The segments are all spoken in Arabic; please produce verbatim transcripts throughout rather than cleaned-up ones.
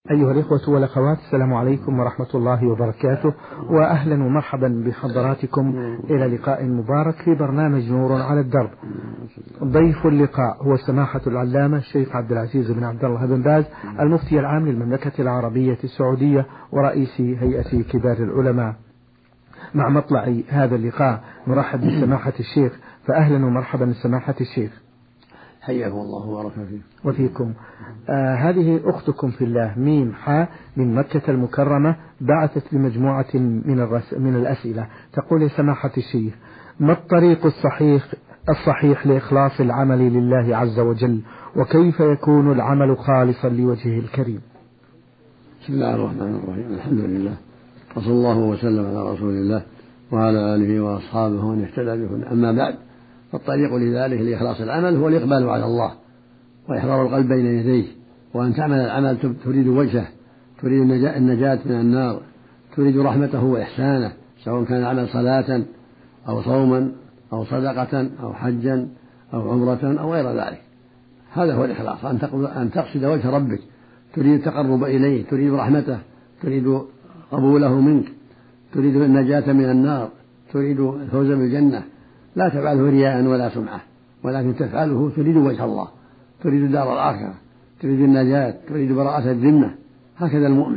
أيها الإخوة والأخوات، السلام عليكم ورحمة الله وبركاته، وأهلا ومرحبا بحضراتكم إلى لقاء مبارك في برنامج نور على الدرب. ضيف اللقاء هو سماحة العلامة الشيخ عبد العزيز بن عبد الله بن باز، المفتي العام للمملكة العربية السعودية ورئيس هيئة كبار العلماء. مع مطلع هذا اللقاء نرحب بسماحة الشيخ، فأهلا ومرحبا بسماحة الشيخ. حياكم الله وبارك فيكم. وفيكم. آه هذه أختكم في الله ميم حاء من مكة المكرمة بعثت بمجموعة من, الرس من الأسئلة. تقول: يا سماحة الشيخ، ما الطريق الصحيح الصحيح لإخلاص العمل لله عز وجل، وكيف يكون العمل خالصا لوجهه الكريم؟ بسم الله الرحمن الرحيم، الحمد لله، وصلى الله وسلم على رسول الله وعلى آله وأصحابه ومن اهتدى بهداه. أما بعد، فالطريق لذلك لإخلاص العمل هو الإقبال على الله وإحضار القلب بين يديه، وأن تعمل العمل تريد وجهه، تريد النجاة من النار، تريد رحمته وإحسانه، سواء كان العمل صلاة أو صوما أو صدقة أو حجا أو عمرة أو غير ذلك. هذا هو الإخلاص، أن تقصد وجه ربك، تريد التقرب إليه، تريد رحمته، تريد قبوله منك، تريد النجاة من النار، تريد الفوز بالجنة. لا تفعله رياء ولا سمعة، ولكن تفعله تريد وجه الله، تريد دار الآخرة، تريد النجاة، تريد براءة الذمة. هكذا المؤمن.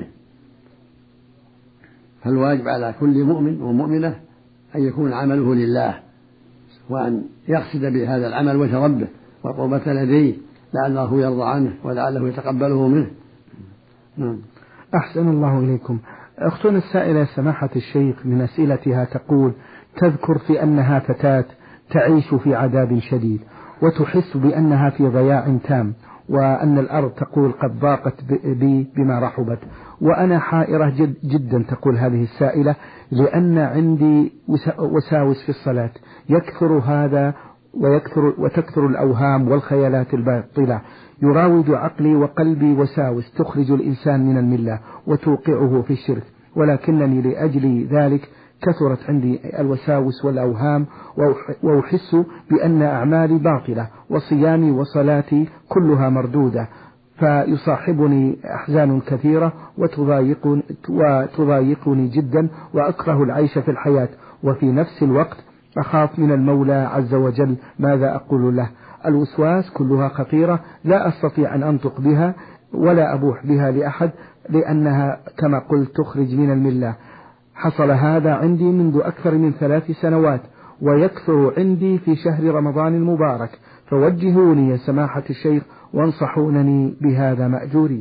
فالواجب على كل مؤمن ومؤمنة أن يكون عمله لله، وأن يقصد بهذا العمل وجه ربه والقربة لديه، لعله يرضى عنه ولعله يتقبله منه. نعم. أحسن الله إليكم. أختنا السائلة سماحة الشيخ من أسئلتها تقول: تذكر في أنها فتاة تعيش في عذاب شديد، وتحس بأنها في ضياع تام، وأن الأرض تقول قد ضاقت بي بما رحبت، وأنا حائرة جد جدا، تقول هذه السائلة، لأن عندي وساوس في الصلاة، يكثر هذا ويكثر وتكثر الأوهام والخيالات الباطلة، يراود عقلي وقلبي وساوس تخرج الإنسان من الملة وتوقعه في الشرك، ولكنني لأجل ذلك كثرت عندي الوساوس والأوهام، وأحس بأن أعمالي باطلة وصيامي وصلاتي كلها مردودة، فيصاحبني أحزان كثيرة وتضايقني, وتضايقني جدا، وأكره العيش في الحياة، وفي نفس الوقت أخاف من المولى عز وجل. ماذا أقول له؟ الوسواس كلها خطيرة، لا أستطيع أن أنطق بها ولا أبوح بها لأحد، لأنها كما قلت تخرج من الملة. حصل هذا عندي منذ أكثر من ثلاث سنوات، ويكثر عندي في شهر رمضان المبارك، فوجهوني يا سماحة الشيخ وانصحونني بهذا مأجوري.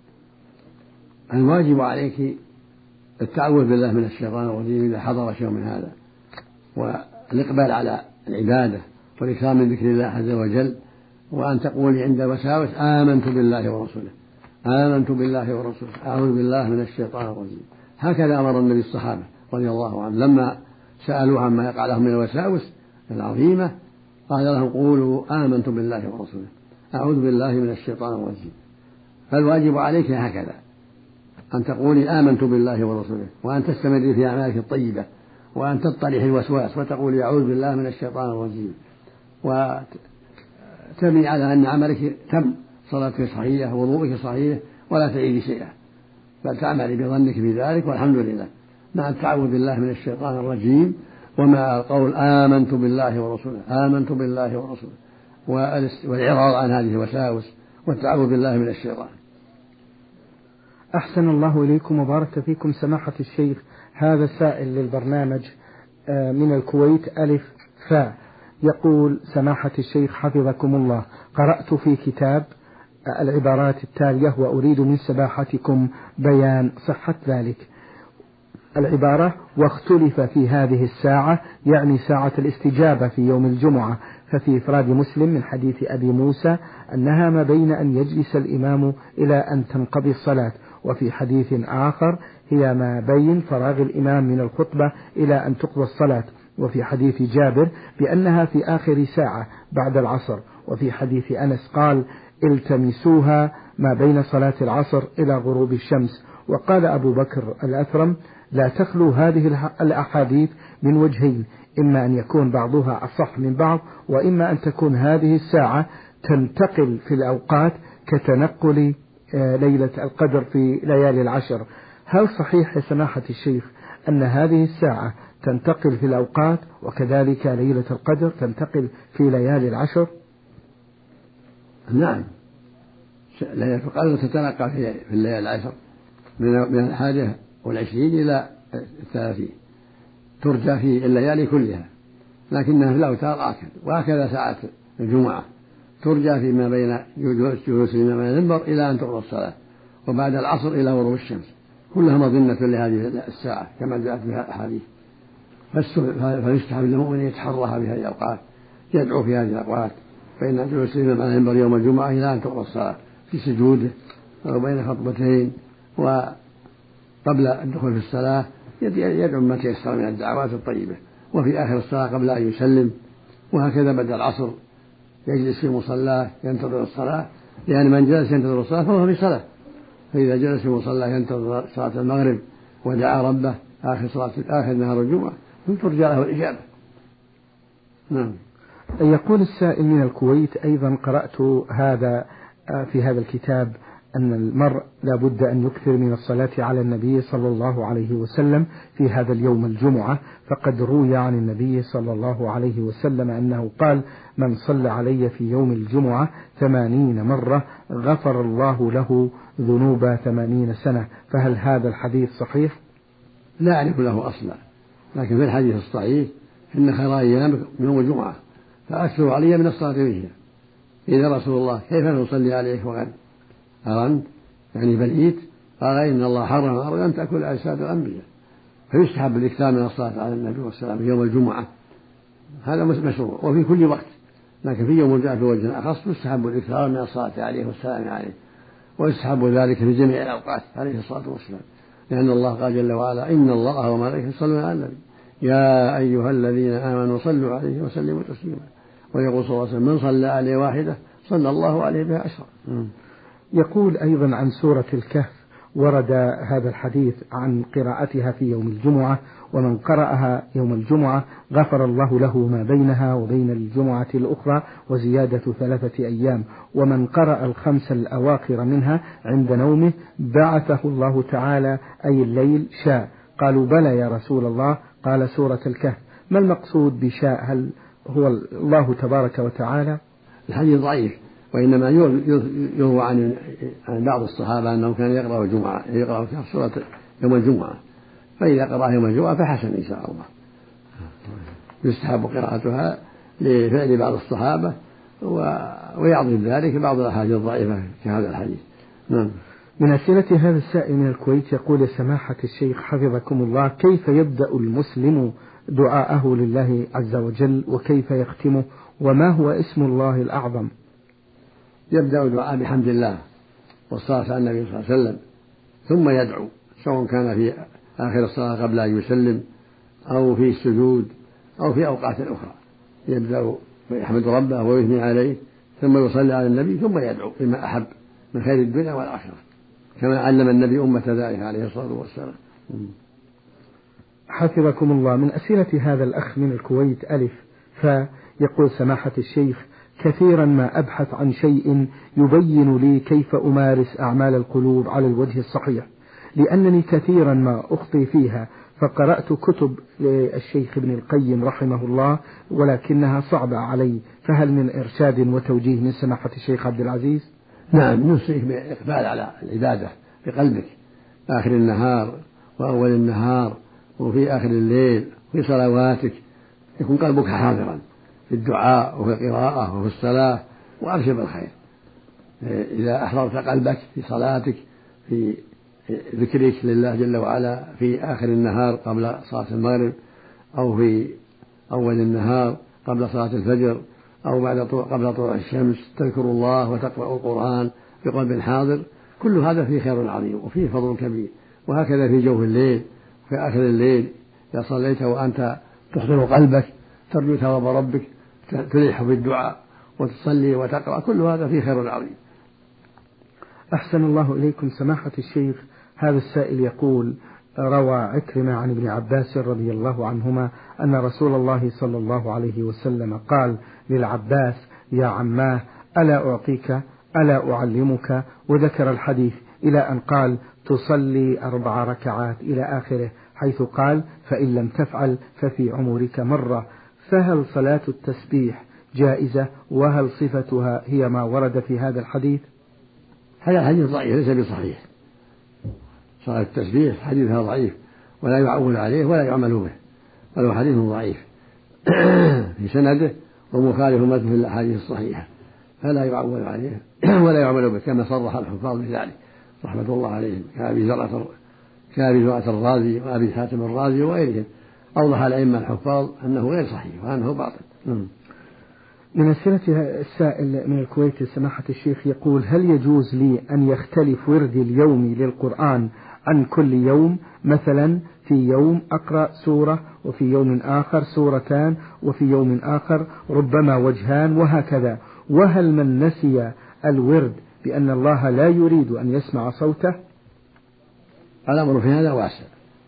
الواجب عليك التعوذ بالله من الشيطان الرجيم إذا حضر شيء من هذا، والإقبال على العبادة والإكثار من ذكر الله عز وجل، وأن تقولي عند الوساوس: آمنت بالله ورسوله، آمنت بالله ورسوله، أعوذ بالله من الشيطان الرجيم. هكذا أمر النبي الصحابة رضي الله عنهم لما سألوه عما يقع لهم من الوساوس العظيمة، قال لهم: قولوا آمنت بالله ورسوله، أعوذ بالله من الشيطان الرجيم. فالواجب عليك هكذا، أن تقولي آمنت بالله ورسوله، وأن تستمري في أعمالك الطيبة، وأن تطرح الوسواس وتقولي أعوذ بالله من الشيطان الرجيم، وتبني على أن عملك تم، صلاتك صحيحة ووضوءك صحيح، ولا تعيدي شيئا، بل تعملي بظنك بذلك، والحمد لله، مع التعوذ بالله من الشيطان الرجيم، ومع القول آمنت بالله ورسوله، آمنت بالله ورسوله، والإعراض عن هذه الوساوس والتعوذ بالله من الشيطان. أحسن الله إليكم وبارك فيكم سماحة الشيخ. هذا سائل للبرنامج من الكويت ألف فاء، يقول: سماحة الشيخ حفظكم الله، قرأت في كتاب العبارات التالية وأريد من سماحتكم بيان صحة ذلك. العبارة: واختلف في هذه الساعة، يعني ساعة الاستجابة في يوم الجمعة، ففي إفراد مسلم من حديث أبي موسى أنها ما بين أن يجلس الإمام إلى أن تنقضي الصلاة، وفي حديث آخر هي ما بين فراغ الإمام من الخطبة إلى أن تقضى الصلاة، وفي حديث جابر بأنها في آخر ساعة بعد العصر، وفي حديث أنس قال: التمسوها ما بين صلاة العصر إلى غروب الشمس. وقال أبو بكر الأثرم: لا تخلو هذه الأحاديث من وجهين، إما أن يكون بعضها أصح من بعض، وإما أن تكون هذه الساعة تنتقل في الأوقات كتنقل ليلة القدر في ليالي العشر، هل صحيح يا سماحة الشيخ أن هذه الساعة تنتقل في الأوقات وكذلك ليلة القدر تنتقل في ليالي العشر؟ نعم، ليلة القدر تتنقل في الليالي العشر من الحادية والعشرين إلى الثلاثين، ترجى في الليالي كلها، لكنها في الأوتار آكد. وهكذا ساعة الجمعة ترجى فيما بين جلوس الإمام على المنبر إلى أن تقضى الصلاة، وبعد العصر إلى غروب الشمس، كلها مظنة لهذه الساعة كما جاءت بها الأحاديث. فيستحب للمؤمن يتحرها بهذه الأوقات، يدعو في هذه الأوقات بين جلوس الإمام على المنبر يوم الجمعة إلى أن تقضى الصلاة في سجوده أو بين خطبتين وقبل الدخول في الصلاة يدعو ما تيسر من الدعوات الطيبة، وفي آخر الصلاة قبل أن يسلم. وهكذا بعد العصر يجلس في مصلاه ينتظر الصلاة، لأن من جلس ينتظر الصلاة فهو في صلاة، فإذا جلس في مصلاه ينتظر صلاة المغرب ودعا ربه آخر صلاة آخر نهار الجمعة ترجى له الإجابة. نعم. يقول السائل من الكويت أيضا: قرأت هذا في هذا الكتاب أن المرء لا بد أن يكثر من الصلاة على النبي صلى الله عليه وسلم في هذا اليوم الجمعة، فقد روي عن النبي صلى الله عليه وسلم أنه قال: من صلى علي في يوم الجمعة ثمانين مرة غفر الله له ذنوب ثمانين سنة، فهل هذا الحديث صحيح؟ لا أعرف له أصلا، لكن في الحديث الصحيح إن خير أيامكم يوم الجمعة فأكثروا علي من الصلاة فيها. إذا رسول الله كيف نصلي عليك وقد أرنت يعني بليت؟ قال: إن الله حرم أرض أن تأكل أجساد الأنبياء، فيستحب الإكثار من الصلاة على النبي والسلام في يوم الجمعة، هذا مشروع، وفي كل وقت، لكن في يوم الجمعة في وجه أخص يستحب الإكثار من الصلاة عليه والسلام عليه، ويستحب ذلك في جميع الأوقات عليه الصلاة والسلام، لأن الله قال جل وعلا: إن الله وملائكته يصلون على النبي يا أيها الذين آمنوا صلوا عليه وسلموا تسليما. ويقول صلى الله عليه وسلم: من صلى عليه واحدة صلى الله عليه بها عشرا. يقول أيضا عن سورة الكهف: ورد هذا الحديث عن قراءتها في يوم الجمعة، ومن قرأها يوم الجمعة غفر الله له ما بينها وبين الجمعة الأخرى وزيادة ثلاثة أيام، ومن قرأ الخمس الأواخر منها عند نومه بعثه الله تعالى أي الليل شاء. قالوا: بلى يا رسول الله. قال: سورة الكهف. ما المقصود بشاء؟ هل هو الله تبارك وتعالى؟ الحديث ضعيف، وإنما يروى عن عن بعض الصحابة أنه كان يقرأ الجمعة يقرأ سورة يوم الجمعة، فإذا قرأ يوم الجمعة فحسن إن شاء الله. يستحب قراءتها لفعل بعض الصحابة ويعظم ذلك بعض الأحاديث الضعيفة كهذا الحديث. نعم. من أسئلة هذا السائل من الكويت يقول: سماحة الشيخ حفظكم الله، كيف يبدأ المسلم دعاءه لله عز وجل وكيف يختمه، وما هو اسم الله الأعظم؟ يبدأ الدعاء بحمد الله والصلاة على النبي صلى الله عليه وسلم، ثم يدعو، سواء كان في آخر الصلاة قبل أن يسلم أو في السجود أو في أوقات أخرى. يبدأ يحمد ربه ويثني عليه، ثم يصلي على النبي، ثم يدعو بما أحب من خير الدنيا والآخرة، كما علم النبي أمة ذلك عليه الصلاة والسلام. حفظكم الله. من أسئلة هذا الأخ من الكويت ألف فيقول: سماحة الشيخ، كثيرا ما أبحث عن شيء يبين لي كيف أمارس أعمال القلوب على الوجه الصحيح، لأنني كثيرا ما أخطي فيها، فقرأت كتب للشيخ ابن القيم رحمه الله ولكنها صعبة علي، فهل من إرشاد وتوجيه من سماحة الشيخ عبد العزيز؟ نعم، نوصيك بالإقبال على العبادة بقلبك آخر النهار وأول النهار وفي آخر الليل في صلواتك، يكون قلبك حاضرا في الدعاء وفي القراءة وفي الصلاة، وأبشر بالخير. إذا أحضرت قلبك في صلاتك في ذكرك لله جل وعلا في آخر النهار قبل صلاة المغرب، أو في أول النهار قبل صلاة الفجر، أو بعد قبل طلوع الشمس، تذكر الله وتقرأ القرآن بقلب حاضر، كل هذا فيه خير عظيم وفيه فضل كبير. وهكذا في جوف الليل في آخر الليل إذا صليت وأنت تحضر قلبك ترجو ثواب ربك، تلح في الدعاء وتصلي وتقرأ، كل هذا فيه خير عظيم. أحسن الله إليكم سماحة الشيخ. هذا السائل يقول: روى عكرمة عن ابن عباس رضي الله عنهما أن رسول الله صلى الله عليه وسلم قال للعباس: يا عماه، ألا أعطيك ألا أعلمك، وذكر الحديث إلى أن قال تصلي أربع ركعات إلى آخره، حيث قال فإن لم تفعل ففي عمرك مرة. فهل صلاة التسبيح جائزة، وهل صفتها هي ما ورد في هذا الحديث؟ هذا الحديث ضعيف ليس بصحيح. صلاة التسبيح حديثها ضعيف ولا يعول عليه ولا يعمل به، ولو حديث ضعيف في سنده ومخالف مثل الأحاديث الصحيحة، فلا يعول عليه ولا يعمل به، كما صرح الحفاظ بذلك رحمة الله عليهم كأبي زرعة كأبي زرعة الرازي وأبي حاتم الرازي وغيرهم. أوضح الأئمة الحفاظ أنه غير صحيح وأنه باطل. من أسئلة السائل من الكويت سماحة الشيخ يقول: هل يجوز لي أن يختلف وردي اليومي للقرآن عن كل يوم؟ مثلا في يوم أقرأ سورة، وفي يوم آخر سورتان، وفي يوم آخر ربما وجهان، وهكذا. وهل من نسي الورد بأن الله لا يريد أن يسمع صوته؟ الأمر في هذا واسع.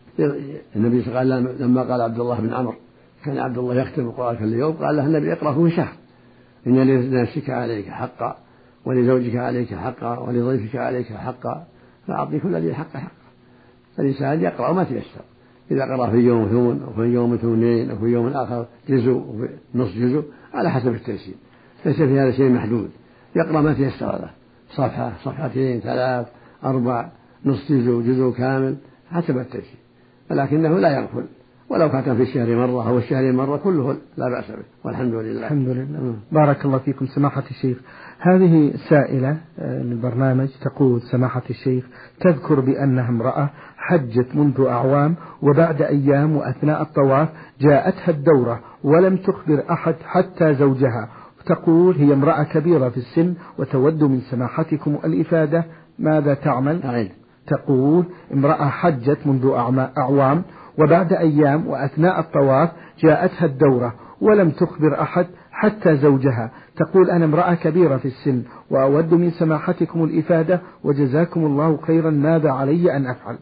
النبي صلى الله عليه وسلم لما قال عبد الله بن عمرو كان عبد الله يختم القرآن كل يوم، قال له النبي اقرأه في شهر: إن لنفسك عليك حقا، ولزوجك عليك حقا، ولضيفك عليك حقا، فأعطي كل ذي حق حقا. فالإنسان يقرأ ما تيسر، إذا قرأ في يوم ثمن، أو في يوم ثمنين، أو في يوم آخر جزء، أو في نصف جزء، على حسب التيسير، ليس في هذا شيء محدود. يقرأ ما تيسر له، صفحة، صفحتين، ثلاث، أربع، نصف جزء، جزء كامل، حسب التيسير، ولكنه لا يغفل، ولو ختم في الشهر مرة أو الشهر مرة كله لا بأس به، والحمد لله. الحمد لله. م. بارك الله فيكم سماحة الشيخ. هذه سائلة للبرنامج تقول: سماحة الشيخ، تذكر بأنها امرأة حجت منذ أعوام، وبعد أيام وأثناء الطواف جاءتها الدورة ولم تخبر أحد حتى زوجها. تقول هي امرأة كبيرة في السن وتود من سماحتكم الإفادة، ماذا تعمل؟ عيد. تقول امرأة حجت منذ أعوام، وبعد أيام وأثناء الطواف جاءتها الدورة ولم تخبر أحد حتى زوجها. تقول أنا امرأة كبيرة في السن وأود من سماحتكم الإفادة، وجزاكم الله خيرا، ماذا علي أن أفعل؟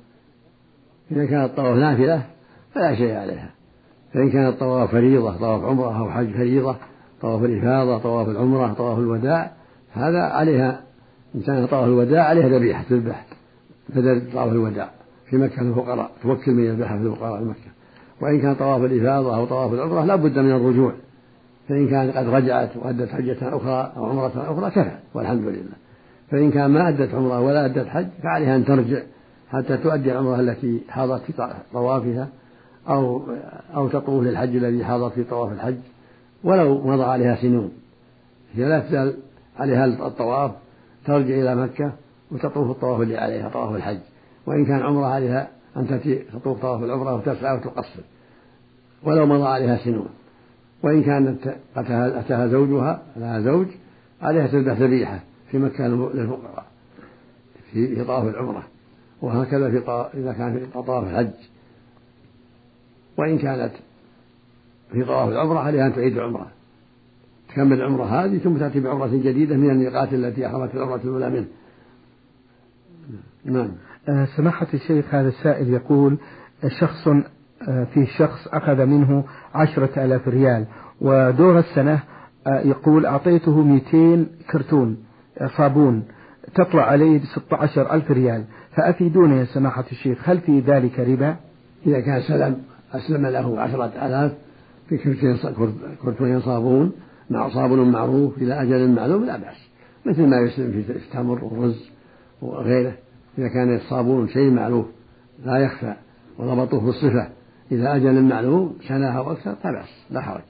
إذا كان الطواف نافلة فلا شيء عليها، فإن كان الطواف فريضة، طواف عمرة أو حج فريضة، طواف الإفاضة، طواف العمرة، طواف الوداع، هذا عليها، إن كان طواف الوداع عليها ذبيحة تذبح بدل طواف الوداع في مكة الفقراء، توكل من يذبحها في الفقراء مكة. وإن كان طواف الإفاضة أو طواف العمرة لا بد من الرجوع، فإن كان قد رجعت وأدت حجة أخرى أو عمرة أخرى كفى والحمد لله. فإن كان ما أدت عمرة ولا أدت حج فعليها أن ترجع حتى تؤدي العمرة التي حاضت في طوافها، أو أو تطوف للحج الذي حاضت في طواف الحج، ولو مضى عليها سنون هي لا تزال عليها الطواف، ترجع إلى مكة وتطوف الطواف اللي عليها طواف الحج. وإن كان عمرة عليها أن تأتي تطوف طواف العمرة وتسعى وتقصر ولو مضى عليها سنون. وإن كانت أتاها زوجها لها زوج عليها تذبح ذبيحة في مكة للفقراء في طواف العمرة، وهكذا في طواف إذا كان في طواف الحج. وإن كانت في طواف العمرة عليها أن تعيد العمرة، تكمل العمرة هذه ثم تأتي بعمرة جديدة من الميقات التي أحرمت العمرة الأولى منه. نعم. أه سماحة الشيخ، هذا السائل يقول: شخص أه في شخص أخذ منه عشرة آلاف ريال، ودور السنة أه يقول أعطيته مئتين كرتون صابون تطلع عليه بستة عشر ألف ريال، فأفيدوني يا سماحة الشيخ، هل في ذلك ربا؟ إذا كان سلم أسلم له عشرة آلاف في كرتون صابون مع صابون معروف إلى أجل معلوم لا بأس، مثل ما يسلم في التمر والرز وغيره. إذا كان الصابون شيء معروف لا يخفى وضبطوه بالصفة إلى أجل معلوم سنة أو أكثر لا بأس، لا حرج.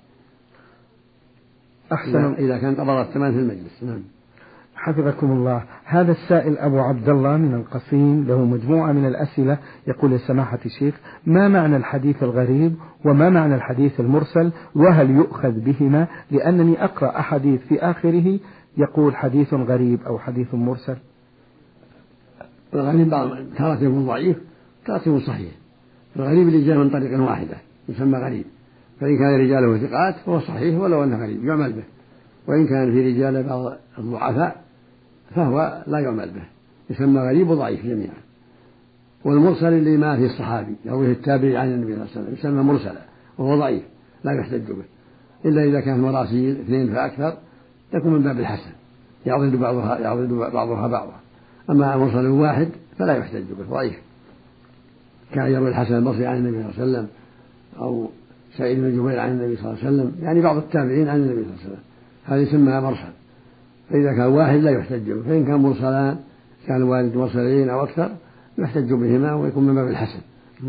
أحسن. إذا كان قبض الثمن في المجلس. نعم. حفظكم الله. هذا السائل أبو عبد الله من القصيم له مجموعة من الأسئلة، يقول: يا سماحة الشيخ، ما معنى الحديث الغريب وما معنى الحديث المرسل، وهل يؤخذ بهما؟ لأنني أقرأ أحاديث في آخره يقول حديث غريب أو حديث مرسل. الغريب تارة يكون ضعيف تارة يكون صحيح. الغريب اللي جاء من طريق واحدة يسمى غريب، فإن كان رجاله ثقات فهو صحيح ولو أنه غريب يعمل به، وإن كان في رجال بعض الضعفاء فهو لا يعمل به، يسمى غريب وضعيف جميعا. والمرسل اللي ما فيه الصحابي يرويه التابعي عن النبي صلى الله عليه وسلم يسمى مرسلا وهو ضعيف لا يحتج به، إلا إذا كان مراسيل اثنين فأكثر تكون من باب الحسن. يعضد بعضها يعضد بعضها بعضا. أما مرسل واحد فلا يحتج به، ضعيف. كان يروي الحسن البصري عن النبي صلى الله عليه وسلم أو سعيد بن جبير عن النبي صلى الله عليه وسلم، يعني بعض التابعين عن النبي صلى الله عليه وسلم، هذه يسمى مرسل. فإذا كان واحد لا يحتج به، فإن كان مرسلان كان الوالد مرسلين أو أكثر يحتج بهما ويكون من باب الحسن.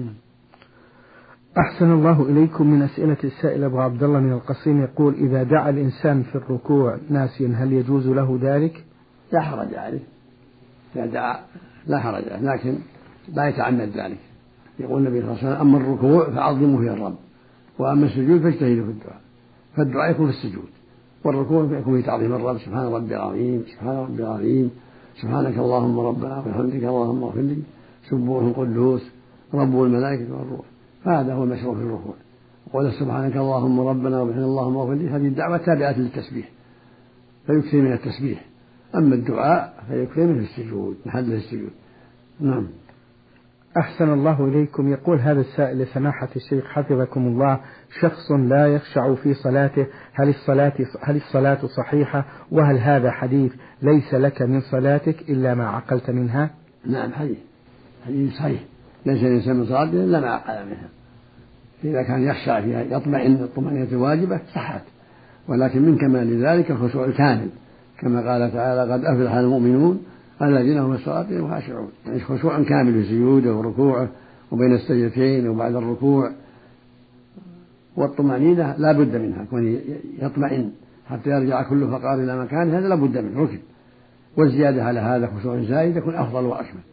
أحسن الله إليكم. من أسئلة السائل أبو عبد الله من القصيم يقول: إذا دعا الإنسان في الركوع ناسيا هل يجوز له ذلك؟ لا حرج عليه إذا دعا، لا حرج عليه، لكن لا يتعمد ذلك. يقول النبي صلى الله عليه وسلم: أما الركوع فعظموا فيه الرب، وأما السجود فاجتهدوا في الدعاء. فالدعاء يكون في السجود، والركوع يكون في تعظيم الرب: سبحان ربي العظيم، سبحان ربي العظيم، سبحانك اللهم ربنا وبحمدك اللهم اغفر لي، سبوح قدوس رب الملائكة والروح. فهذا هو المشروع في الركوع. وقال: سبحانك اللهم ربنا وبحمدك اللهم اغفر لي، هذه الدعوة تابعة للتسبيح فيكثر من التسبيح. أما الدعاء فيكثر منه السجود، محل السجود. نعم. أحسن الله إليكم. يقول هذا السائل لسماحة الشيخ حفظكم الله: شخص لا يخشع في صلاته، هل الصلاة هل الصلاة صحيحة؟ وهل هذا حديث ليس لك من صلاتك إلا ما عقلت منها؟ نعم، حديث حديث صحيح: ليس الإنسان من صلاته إلا ما عقل منها. إذا كان يخشع فيها يطمئن الطمأنينة الواجبة صحت، ولكن من كمال ذلك الخشوع الكامل، كما قال تعالى: قد أفلح المؤمنون الذين هم في صلاتهم خاشعون. يعني خشوع كامل في سجوده وركوعه وبين السجدتين وبعد الركوع. والطمأنينة لا بد منها، كون يطمئن حتى يرجع كل فقار إلى مكانه، هذا لا بد منه، ركن. والزيادة على هذا خشوع زائد يكون أفضل وأكمل.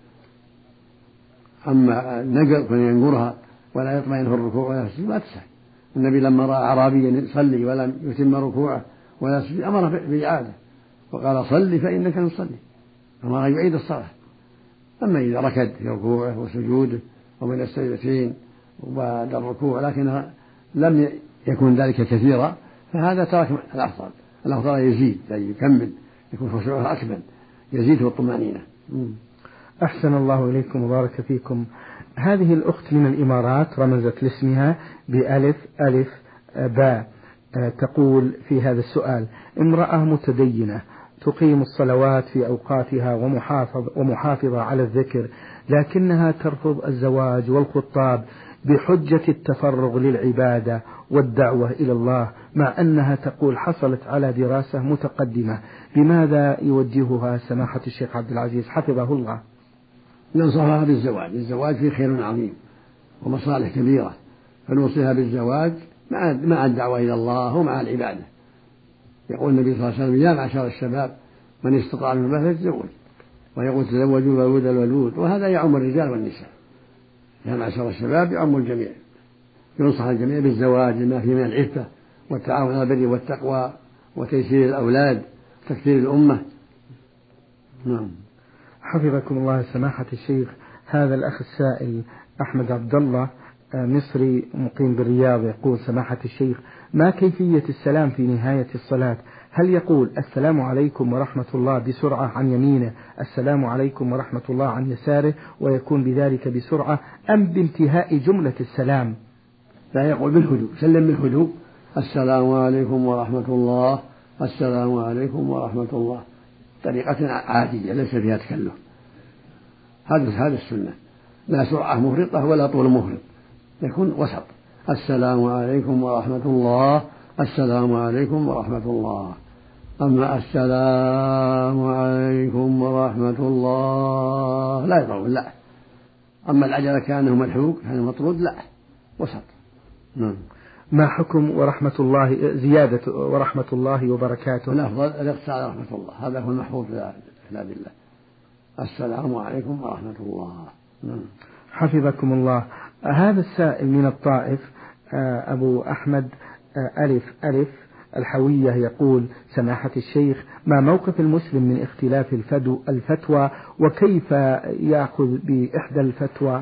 أما النقر كون ينقرها ولا يطمئن في الركوع ولا في السجود ما تسهل. النبي لما رأى أعرابيا يصلي ولم يتم ركوعه ولا سجود أمره بإعادة وقال: صلي فإنك تصلي، أمره يعيد الصلاة. أما إذا ركض في ركوعه وسجوده وبين السجدتين وبعد الركوع لكن لم يكن ذلك كثيرا، فهذا ترك الأفضل. الأفضل يزيد، يعني يكمل، يكون خشوعه أكمل، يزيد في الطمأنينة. أحسن الله إليكم وبارك فيكم. هذه الأخت من الإمارات رمزت لاسمها بألف ألف باء، تقول في هذا السؤال: امرأة متدينة تقيم الصلوات في أوقاتها ومحافظ ومحافظة على الذكر، لكنها ترفض الزواج والخطاب بحجة التفرغ للعبادة والدعوة إلى الله، مع أنها تقول حصلت على دراسة متقدمة. بماذا يوجهها سماحة الشيخ عبد العزيز حفظه الله؟ ننصحها بالزواج. الزواج فيه خير عظيم ومصالح كبيرة، فنوصيها بالزواج مع الدعوة إلى الله ومع العبادة. يقول النبي صلى الله عليه وسلم: يا معشر الشباب من استطاع منكم الباءة فليتزوج، ويقول: تزوجوا الودود الودود. وهذا يعم الرجال والنساء، يا معشر الشباب يعم الجميع. ينصح الجميع بالزواج لما فيه من العفة والتعاون على البر والتقوى وتيسير الأولاد وتكثير الأمة. نعم. حفظكم الله سماحة الشيخ. هذا الأخ السائل أحمد عبد الله مصري مقيم بالرياض يقول: سماحة الشيخ، ما كيفية السلام في نهاية الصلاة؟ هل يقول السلام عليكم ورحمة الله بسرعة عن يمينه، السلام عليكم ورحمة الله عن يساره، ويكون بذلك بسرعة، أم بانتهاء جملة السلام؟ لا، يقول بالهدوء، سلم بالهدوء: السلام عليكم ورحمة الله، السلام عليكم ورحمة الله، طريقة عادية ليس فيها تكلف. هذا هذا السنة، لا سرعة مفرطة ولا طول مفرط، يكون وسط: السلام عليكم ورحمة الله، السلام عليكم ورحمة الله. أما السلام عليكم ورحمة الله لا يطول، لا. أما العجلة كأنه ملحوق كأنه مطرود، لا، وسط. نعم. ما حكم ورحمة الله زيادة ورحمة الله وبركاته؟ الأفضل الاقتصار على رحمة الله، هذا هو المحفوظ في كتاب الله: السلام عليكم ورحمة الله. نعم. حفظكم الله. هذا السائل من الطائف أبو أحمد ألف ألف الحوية يقول: سماحة الشيخ، ما موقف المسلم من اختلاف الفتوى، وكيف يأخذ بإحدى الفتوى؟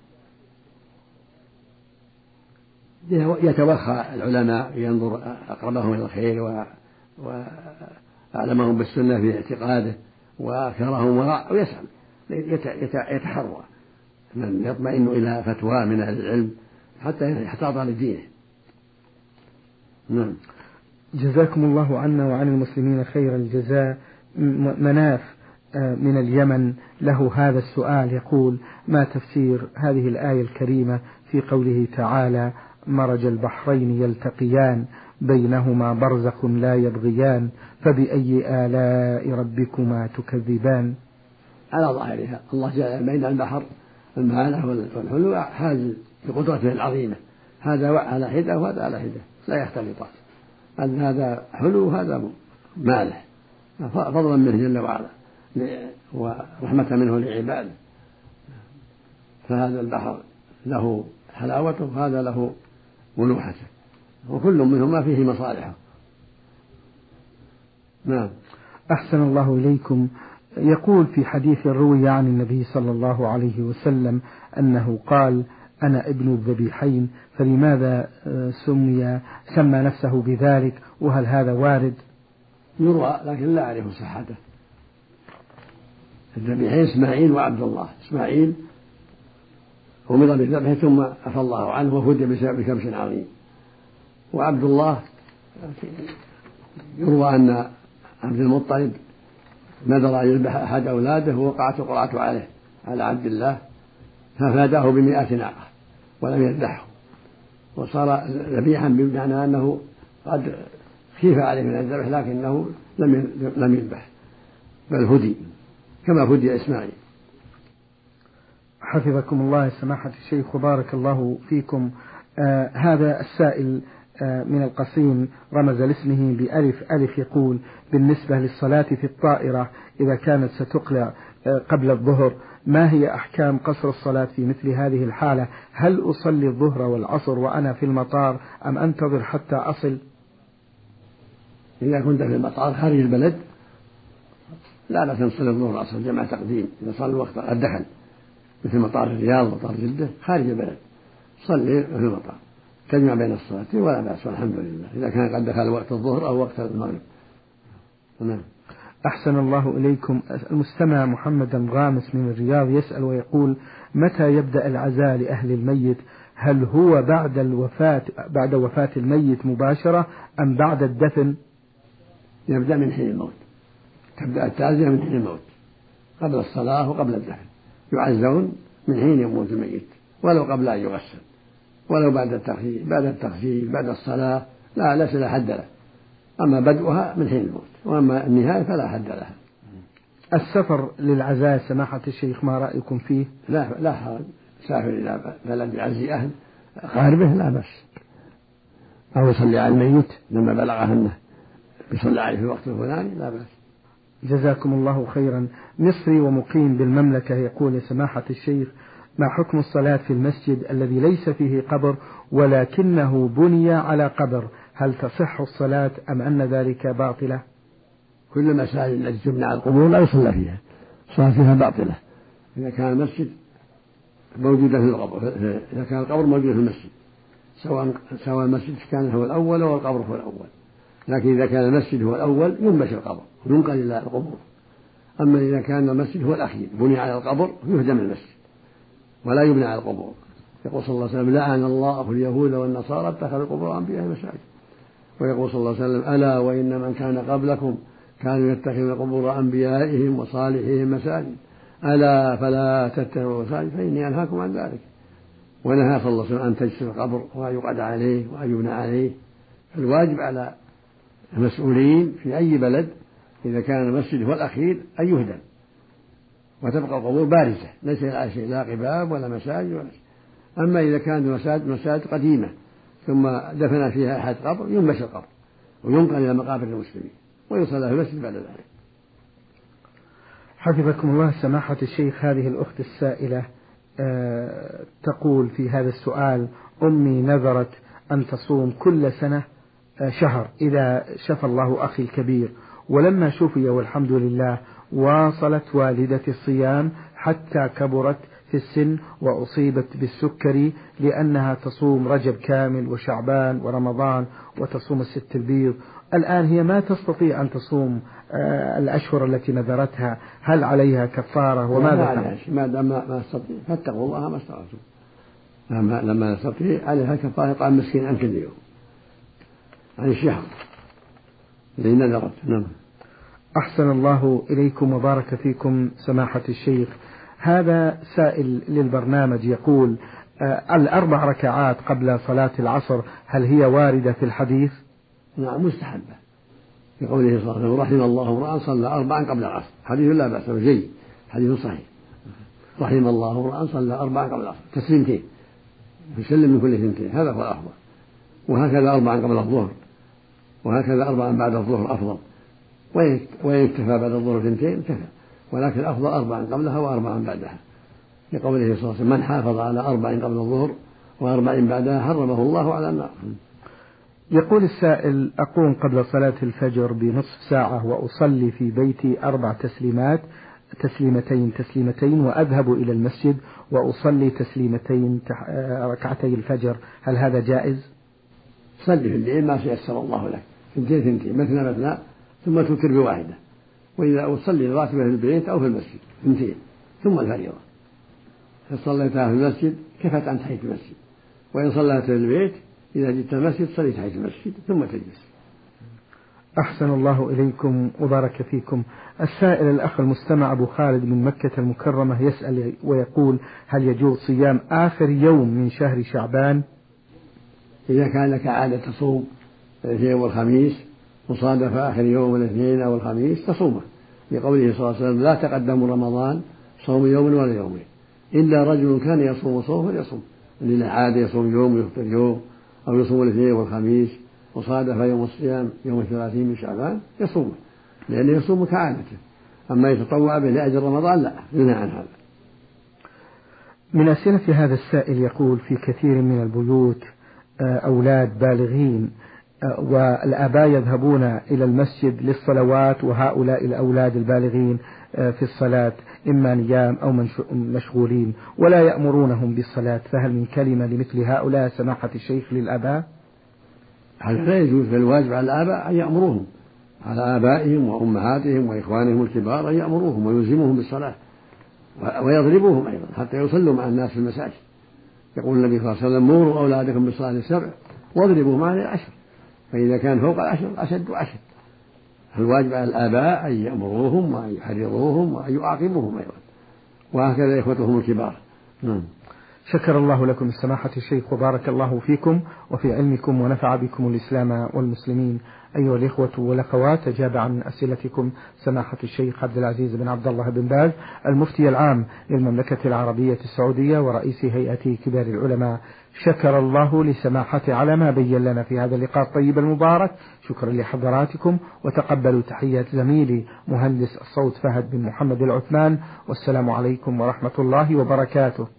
يتوخى العلماء، ينظر أقربهم إلى الخير وأعلمهم بالسنة في اعتقاده وأكثرهم وراء، ويسأل يتحرى من يطمئن إلى فتوى من أهل العلم حتى يحتاط لدينه. نعم. جزاكم الله عنا وعن المسلمين خير الجزاء. مناف من اليمن له هذا السؤال، يقول: ما تفسير هذه الآية الكريمة في قوله تعالى: مرج البحرين يلتقيان بينهما برزخ لا يبغيان فبأي آلاء ربكما تكذبان؟ على ظاهرها الله جعل بين البحر المهانة والحلو حاجز بقدرته العظيمة، هذا على حدة وهذا على حدة لا يختلطان، أن هذا حلو وهذا مالح، فضلا منه جل وعلا ورحمة منه لعباده. فهذا البحر له حلاوته وهذا له ملوحته، وكل منهما فيه مصالحه. نعم. أحسن الله إليكم. يقول في حديث روي عن النبي صلى الله عليه وسلم أنه قال: أنا ابن الذبيحين، فلماذا سمي سمى نفسه بذلك، وهل هذا وارد؟ يروى لكن لا أعرف صحته. الذبيحين إسماعيل وعبد الله. إسماعيل أمر بالذبح ثم عفى الله عنه وفدي بكبش عظيم، وعبد الله يروى أن عبد المطلب نذر أن يذبح أحد أولاده ووقعت القرعة عليه على عبد الله ففاداه بمئة ناقة ولم يذبحه، وصار ذبيحا بمعنى أنه قد خيف عليه من الذبح لكنه لم لم يذبح بل فدي كما فدي إسماعيل. حفظكم الله سماحة الشيخ وبارك الله فيكم. آه هذا السائل آه من القصيم رمز لاسمه بألف ألف، يقول: بالنسبة للصلاة في الطائرة إذا كانت ستقلع آه قبل الظهر، ما هي أحكام قصر الصلاة في مثل هذه الحالة؟ هل أصلي الظهر والعصر وأنا في المطار أم أنتظر حتى أصل؟ إذا كنت في المطار خارج البلد لا بأس أن تصلي الظهر والعصر جمع تقديم، إذا صلى الوقت قد دخل مثل مطار الرياض ومطار جدة خارج البلد صلي في المطار تجمع بين الصلاتين ولا بأس والحمد لله، إذا كان قد دخل وقت الظهر أو وقت المغرب. نعم. أحسن الله إليكم. المستمع محمد غامس من الرياض يسأل ويقول: متى يبدأ العزاء لأهل الميت؟ هل هو بعد الوفاة بعد وفاة الميت مباشرة أم بعد الدفن؟ يبدأ من حين الموت، تبدأ التعزية من حين الموت قبل الصلاة وقبل الدفن، يعزون من حين يموت الميت ولو قبل أن يغسل، ولو بعد التغسيل بعد التغسيل بعد الصلاة لا ليس لا حد له، أما بدءها من حين الموت وأما النهاية فلا حد لها. السفر للعزاء سماحة الشيخ ما رأيكم فيه؟ لا لا حرج، سافر إلى بلد يعزي أهل قاربه لا بأس، أو يصلي على الميت لما بلغه أنه يصلى عليه في الوقت الفلاني لا بأس. جزاكم الله خيرا. مصري ومقيم بالمملكة يقول: يا سماحة الشيخ، ما حكم الصلاة في المسجد الذي ليس فيه قبر ولكنه بني على قبر؟ هل تصح الصلاة أم أن ذلك باطلة؟ كل المساجد التي تبنى على القبور لا يصلى فيها، الصلاة فيها باطلة إذا كان المسجد موجودة في القبر، إذا كان القبر موجود في المسجد، سواء سواء المسجد كان هو الأول أو القبر هو الأول، لكن إذا كان المسجد هو الأول ينبش القبر وينقل إلى القبور. أما إذا كان المسجد هو الأخير بني على القبر يهدم المسجد ولا يبنى على القبور. يقول صلى الله عليه وسلم: لعن الله اليهود والنصارى اتخذوا القبور أنبياء مساجد. ويقول صلى الله عليه وسلم: ألا وإن من كان قبلكم كانوا يتخذون قبور أنبيائهم وصالحهم مساجد، ألا فلا تتخذوا مساجد فإني أنهاكم عن ذلك. ونهى صلى الله عليه وسلم أن تجسر القبر وأن يقعد عليه وأن يبنى عليه. الواجب على المسؤولين في أي بلد إذا كان المسجد هو الأخير أن يهدم وتبقى القبور بارزة ليس لها شيء، لا قباب ولا مساجد ولا شيء. أما إذا كانت مساجد مساجد قديمة ثم دفن فيها أحد قبر ينبش القبر وينقل إلى مقابر المسلمين ويصلى في المسجد بعد ذلك. حفظكم الله سماحة الشيخ. هذه الأخت السائلة أه تقول في هذا السؤال: أمي نذرت أن تصوم كل سنة شهر إذا شفى الله أخي الكبير، ولما شفي والحمد لله واصلت والدتي الصيام حتى كبرت في السن وأصيبت بالسكري لأنها تصوم رجب كامل وشعبان ورمضان وتصوم الست البيض. الآن هي ما تستطيع أن تصوم الأشهر التي نذرتها، هل عليها كفارة وماذا تفعل؟ ما دام ما تستطيع فاتقوا الله ما استطعتم، لما تستطيع عليها كفارة إطعام مسكين عن كل يوم عن الشهر الذي نذرت. نعم. أحسن الله إليكم وبارك فيكم سماحة الشيخ. هذا سائل للبرنامج يقول آه الأربع ركعات قبل صلاة العصر هل هي واردة في الحديث؟ نعم مستحبة، لقوله صلى الله عليه وسلم رحم الله امرأ صلى أربعا قبل العصر، حديث لا بأس به جيد، حديث صحيح. رحم الله امرأ صلى أربعا قبل العصر، تسليمتين يسلم من كل ثنتين، هذا هو الأفضل. وهكذا أربعا قبل الظهر، وهكذا أربعا بعد الظهر أفضل، وإن اكتفى بعد الظهر ثنتين كفى، ولكن الأفضل أربعا قبلها وأربعا بعدها، لقوله صلى الله عليه وسلم من حافظ على أربع قبل الظهر وأربع بعدها حرمه الله على النار. يقول السائل أقوم قبل صلاة الفجر بنصف ساعة وأصلي في بيتي أربع تسليمات تسليمتين تسليمتين وأذهب إلى المسجد وأصلي تسليمتين ركعتي الفجر، هل هذا جائز؟ صلي في الليل ما سيسر الله لك، ثنتين ثنتين مثنى مثنى ثم توتر بواحدة، وإذا أصلي الراتبة في البيت أو في المسجد ثنتين ثم الفريضة، إن صليتها في المسجد كفت عن تحية المسجد، وإن صليتها في البيت إذا جئت المسجد صلي تحية المسجد ثم تجلس. أحسن الله إليكم وبارك فيكم. السائل الأخ المستمع أبو خالد من مكة المكرمة يسأل ويقول هل يجوز صيام آخر يوم من شهر شعبان؟ إذا كان لك عادة تصوم الاثنين والخميس وصادف آخر يوم الاثنين أو الخميس تصومه، لقوله صلى الله عليه وسلم لا تقدموا رمضان صوم يوم ولا يومين إلا رجل كان يصوم صوم فليصوم، اللي له عادة يصوم يوم ويفطر يوم أو يصوم الاثنين والخميس وصادف يوم الصيام يوم الثلاثين من شعبان يصومه، لأنه يصوم كعادته، أما يتطوع به لأجل رمضان لا، ينهى عن هذا. من أسئلة هذا السائل يقول في كثير من البيوت أولاد بالغين والآباء يذهبون إلى المسجد للصلوات، وهؤلاء الأولاد البالغين في الصلاة إما نيام أو مشغولين ولا يأمرونهم بالصلاة، فهل من كلمة لمثل هؤلاء سماحة الشيخ للآباء؟ هذا لا يجوز، فالواجب على الآباء أن يأمروهم، على آبائهم وأمهاتهم وإخوانهم الكبار أن يأمروهم ويلزموهم بالصلاة ويضربوهم أيضا حتى يصلوا مع الناس في المساجد. يقول النبي صلى الله عليه وسلم مروا أولادكم بالصلاة السبع واضربوهم على العشر، فإذا كان فوق العشر أشد وأشد. الواجب على الآباء أن يأمروهم وأن يحرروهم وأن يعاقبوهم أيضا، وهكذا إخوتهم الكبار. نعم. شكر الله لكم سماحة الشيخ وبارك الله فيكم وفي علمكم ونفع بكم الإسلام والمسلمين. أيها الإخوة والأخوات، أجاب عن أسئلتكم سماحة الشيخ عبد العزيز بن عبد الله بن باز المفتي العام للمملكة العربية السعودية ورئيس هيئة كبار العلماء. شكر الله لسماحته على ما بين لنا في هذا اللقاء الطيب المبارك. شكرا لحضراتكم، وتقبلوا تحية زميلي مهندس الصوت فهد بن محمد العثمان، والسلام عليكم ورحمة الله وبركاته.